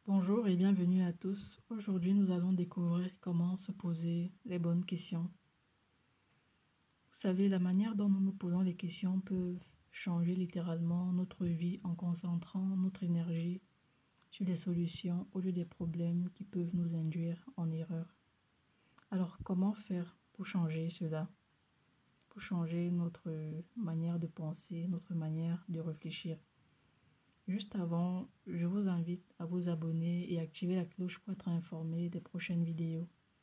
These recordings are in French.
Bonjour et bienvenue à tous. Aujourd'hui, nous allons découvrir comment se poser les bonnes questions. Vous savez, la manière dont nous nous posons les questions peut changer littéralement notre vie en concentrant notre énergie sur les solutions au lieu des problèmes qui peuvent nous induire en erreur. Alors, comment faire pour changer cela? Pour changer notre manière de penser, notre manière de réfléchir. Juste avant, je vous invite à vous abonner et activer la cloche pour être informé des prochaines vidéos.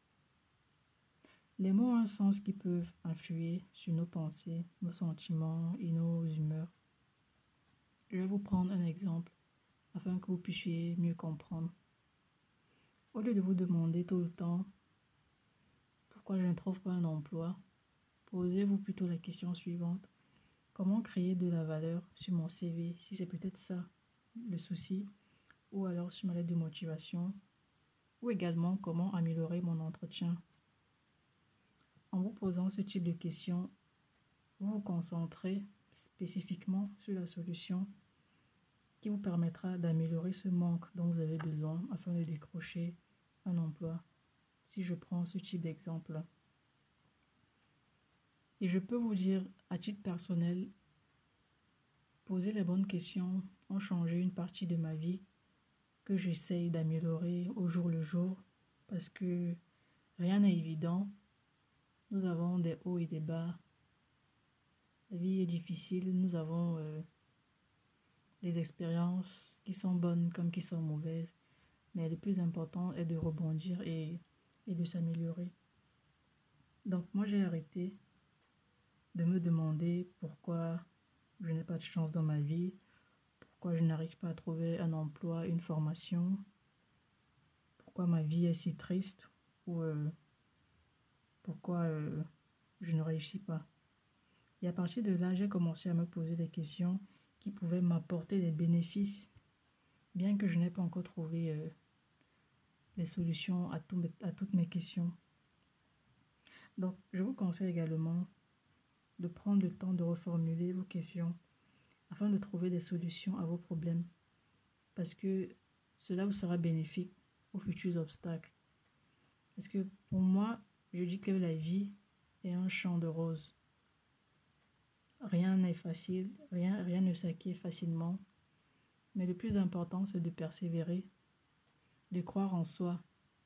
Les mots ont un sens qui peuvent influer sur nos pensées, nos sentiments et nos humeurs. Je vais vous prendre un exemple afin que vous puissiez mieux comprendre. Au lieu de vous demander tout le temps pourquoi je ne trouve pas un emploi, posez-vous plutôt la question suivante. Comment créer de la valeur sur mon CV, si c'est peut-être ça le souci, ou alors sur ma lettre de motivation, ou également comment améliorer mon entretien. En vous posant ce type de questions, vous vous concentrez spécifiquement sur la solution qui vous permettra d'améliorer ce manque dont vous avez besoin afin de décrocher un emploi. Si je prends ce type d'exemple. Et je peux vous dire, à titre personnel, poser les bonnes questions ont changé une partie de ma vie que j'essaye d'améliorer au jour le jour parce que rien n'est évident. Nous avons des hauts et des bas. La vie est difficile. Nous avons des expériences qui sont bonnes comme qui sont mauvaises. Mais le plus important est de rebondir et de s'améliorer. Donc moi j'ai arrêté de me demander pourquoi je n'ai pas de chance dans ma vie, pourquoi je n'arrive pas à trouver un emploi, une formation, pourquoi ma vie est si triste ou pourquoi je ne réussis pas. Et à partir de là, j'ai commencé à me poser des questions qui pouvaient m'apporter des bénéfices, bien que je n'ai pas encore trouvé les solutions à toutes mes questions. Donc, je vous conseille également de prendre le temps de reformuler vos questions afin de trouver des solutions à vos problèmes, parce que cela vous sera bénéfique aux futurs obstacles. Parce que pour moi, je dis que la vie est un champ de roses. Rien n'est facile, rien ne s'acquiert facilement. Mais le plus important, c'est de persévérer, de croire en soi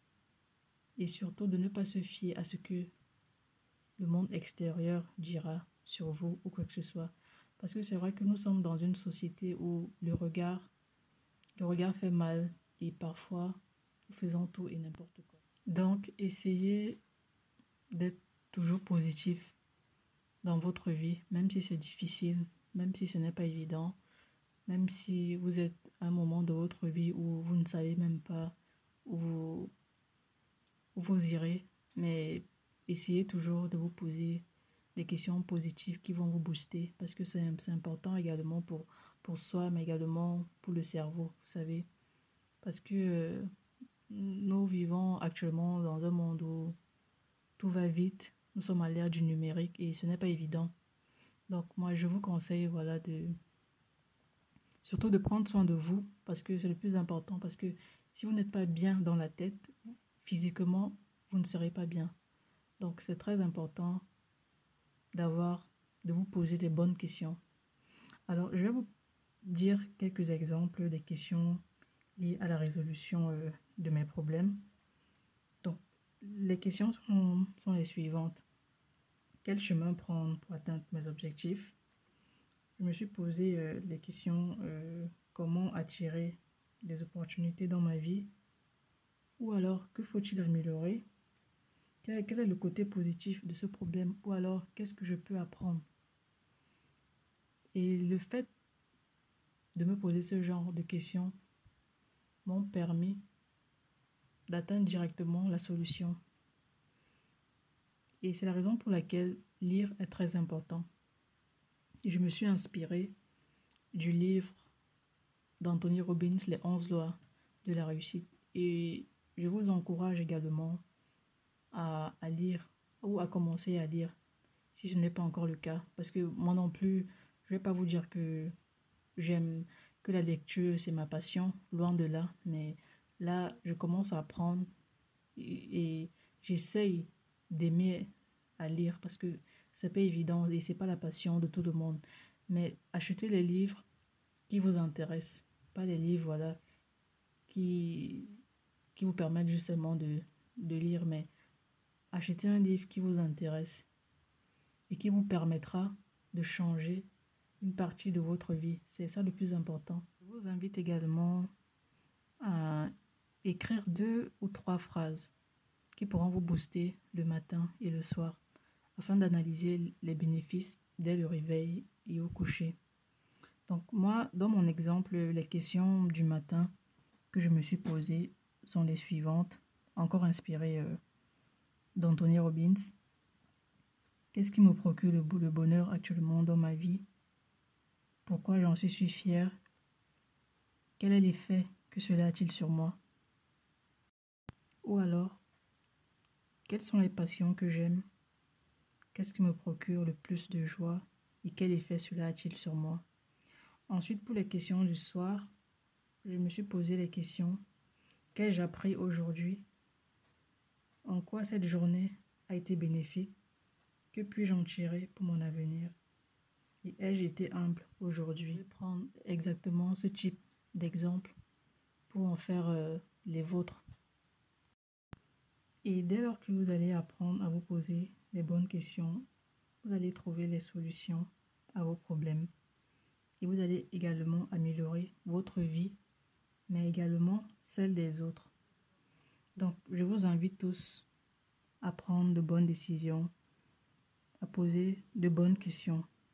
et surtout de ne pas se fier à ce que le monde extérieur dira sur vous ou quoi que ce soit. Parce que c'est vrai que nous sommes dans une société où le regard fait mal et parfois nous faisons tout et n'importe quoi. Donc, essayez d'être toujours positif dans votre vie, même si c'est difficile, même si ce n'est pas évident, même si vous êtes à un moment de votre vie où vous ne savez même pas où vous irez, mais essayez toujours de vous poser des questions positives qui vont vous booster, parce que c'est important également pour soi, mais également pour le cerveau, vous savez. Parce que nous vivons actuellement dans un monde où tout va vite, nous sommes à l'ère du numérique et ce n'est pas évident. Donc moi, je vous conseille, voilà, surtout de prendre soin de vous, parce que c'est le plus important, parce que si vous n'êtes pas bien dans la tête, physiquement, vous ne serez pas bien. Donc c'est très important de vous poser des bonnes questions. Alors, je vais vous dire quelques exemples des questions liées à la résolution de mes problèmes. Donc, les questions sont les suivantes. Quel chemin prendre pour atteindre mes objectifs? Je me suis posé les questions comment attirer des opportunités dans ma vie? Ou alors, que faut-il améliorer? Quel est le côté positif de ce problème? Ou alors, qu'est-ce que je peux apprendre? Et le fait de me poser ce genre de questions m'ont permis d'atteindre directement la solution. Et c'est la raison pour laquelle lire est très important. Et je me suis inspirée du livre d'Anthony Robbins, Les 11 lois de la réussite. Et je vous encourage également à lire ou à commencer à lire si ce n'est pas encore le cas. Parce que moi non plus, je ne vais pas vous dire que j'aime que la lecture, c'est ma passion, loin de là. Mais là, je commence à apprendre et j'essaye d'aimer à lire parce que c'est pas évident et c'est pas la passion de tout le monde. Mais achetez les livres qui vous intéressent, pas les livres, voilà, qui, qui vous permettent justement de lire, mais achetez un livre qui vous intéresse et qui vous permettra de changer une partie de votre vie. C'est ça le plus important. Je vous invite également à écrire 2 ou 3 phrases qui pourront vous booster le matin et le soir afin d'analyser les bénéfices dès le réveil et au coucher. Donc moi, dans mon exemple, les questions du matin que je me suis posées sont les suivantes, encore inspirées d'Anthony Robbins. Qu'est-ce qui me procure le bonheur actuellement dans ma vie? Pourquoi j'en suis fière? Quel est l'effet que cela a-t-il sur moi? Ou alors, quelles sont les passions que j'aime? Qu'est-ce qui me procure le plus de joie? Et quel effet cela a-t-il sur moi? Ensuite, pour les questions du soir, je me suis posé les questions. Qu'ai-je appris aujourd'hui? En quoi cette journée a été bénéfique? Que puis-je en tirer pour mon avenir? Et ai-je été humble aujourd'hui? Je vais prendre exactement ce type d'exemple pour en faire les vôtres. Et dès lors que vous allez apprendre à vous poser les bonnes questions, vous allez trouver les solutions à vos problèmes. Et vous allez également améliorer votre vie, mais également celle des autres. Donc, je vous invite tous à prendre de bonnes décisions, à poser de bonnes questions